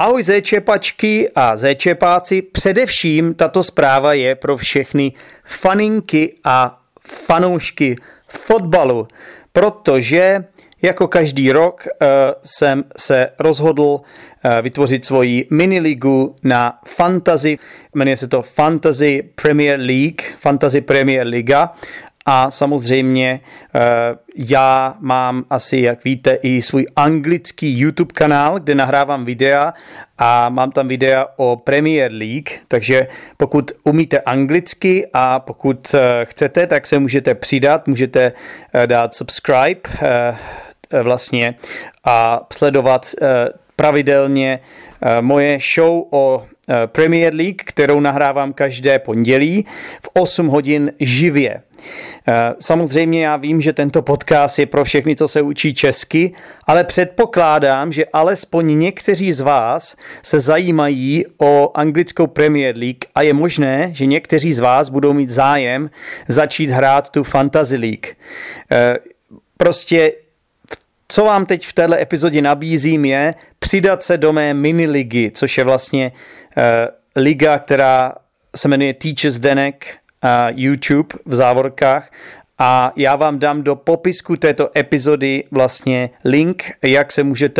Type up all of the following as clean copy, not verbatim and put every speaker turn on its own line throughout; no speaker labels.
Ahoj zéčepačky a zéčepáci, především tato zpráva je pro všechny faninky a fanoušky fotbalu, protože jako každý rok jsem se rozhodl vytvořit svoji miniligu na fantasy, jmenuje se to Fantasy Premier League, Fantasy Premier Liga. A samozřejmě já mám asi, jak víte, i svůj anglický YouTube kanál, kde nahrávám videa a mám tam videa o Premier League, takže pokud umíte anglicky a pokud chcete, tak se můžete přidat, můžete dát subscribe vlastně a sledovat pravidelně moje show o Premier League, kterou nahrávám každé pondělí v 8 hodin živě. Samozřejmě já vím, že tento podcast je pro všechny, co se učí česky, ale předpokládám, že alespoň někteří z vás se zajímají o anglickou Premier League a je možné, že někteří z vás budou mít zájem začít hrát tu Fantasy League. Prostě co vám teď v této epizodě nabízím je přidat se do mé miniligy, což je vlastně liga, která se jmenuje Teacher Zdeněk YouTube v závorkách a já vám dám do popisku této epizody vlastně link, jak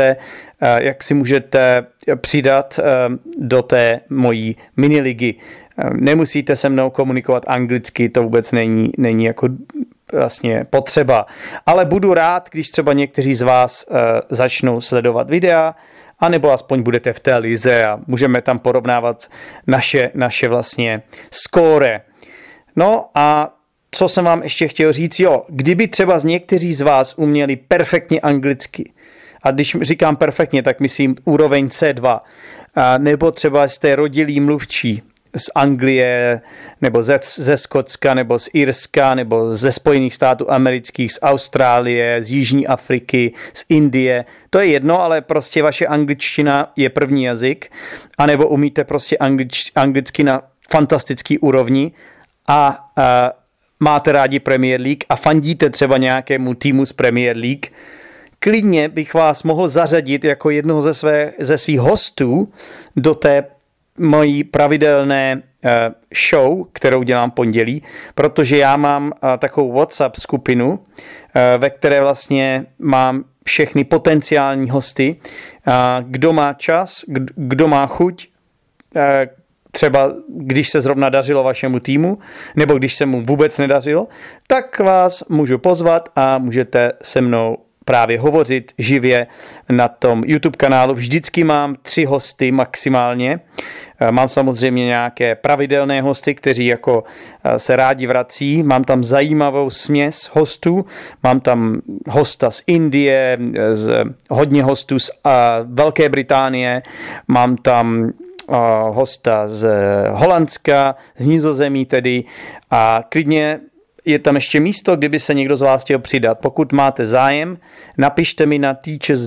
si můžete přidat do té mojí miniligy. Nemusíte se mnou komunikovat anglicky, to vůbec není jako vlastně potřeba. Ale budu rád, když třeba někteří z vás začnou sledovat videa, anebo aspoň budete v té lize a můžeme tam porovnávat naše vlastně skóre. No a co jsem vám ještě chtěl říct, kdyby třeba někteří z vás uměli perfektně anglicky, a když říkám perfektně, tak myslím úroveň C2, nebo třeba jste rodilí mluvčí z Anglie, nebo ze Skotska, nebo z Irska, nebo ze Spojených států amerických, z Austrálie, z Jižní Afriky, z Indie. To je jedno, ale prostě vaše angličtina je první jazyk, anebo umíte prostě anglicky na fantastický úrovni a máte rádi Premier League a fandíte třeba nějakému týmu z Premier League, klidně bych vás mohl zařadit jako jednoho ze svých hostů do té mojí pravidelné show, kterou dělám pondělí, protože já mám takovou WhatsApp skupinu, ve které vlastně mám všechny potenciální hosty, kdo má čas, kdo má chuť, třeba když se zrovna dařilo vašemu týmu, nebo když se mu vůbec nedařilo, tak vás můžu pozvat a můžete se mnou právě hovořit živě na tom YouTube kanálu. Vždycky mám 3 hosty maximálně. Mám samozřejmě nějaké pravidelné hosty, kteří jako se rádi vrací. Mám tam zajímavou směs hostů. Mám tam hosta z Indie, hodně hostů z Velké Británie. Mám tam hosta z Holandska, z Nizozemí tedy a klidně je tam ještě místo, kdyby se někdo z vás chtěl přidat. Pokud máte zájem, napište mi na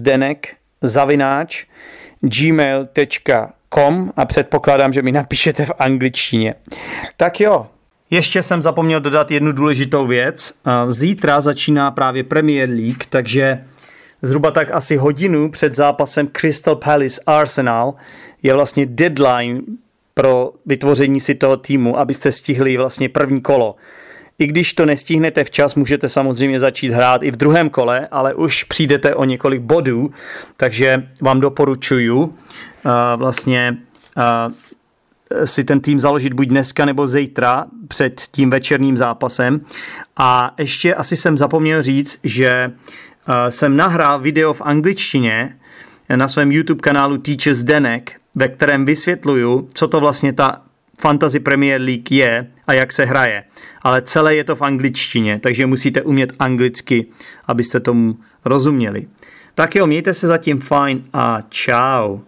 teacherzdenek@gmail.com a předpokládám, že mi napíšete v angličtině. Tak jo, ještě jsem zapomněl dodat jednu důležitou věc. Zítra začíná právě Premier League, takže zhruba tak asi hodinu před zápasem Crystal Palace Arsenal je vlastně deadline pro vytvoření si toho týmu, abyste stihli vlastně první kolo. I když to nestihnete včas, můžete samozřejmě začít hrát i v druhém kole, ale už přijdete o několik bodů, takže vám doporučuju vlastně si ten tým založit buď dneska nebo zítra před tím večerním zápasem. A ještě asi jsem zapomněl říct, že jsem nahrál video v angličtině na svém YouTube kanálu Teacher Zdeněk, ve kterém vysvětluju, co to vlastně ta Fantasy Premier League je a jak se hraje. Ale celé je to v angličtině, takže musíte umět anglicky, abyste tomu rozuměli. Tak jo, mějte se zatím fajn a čau.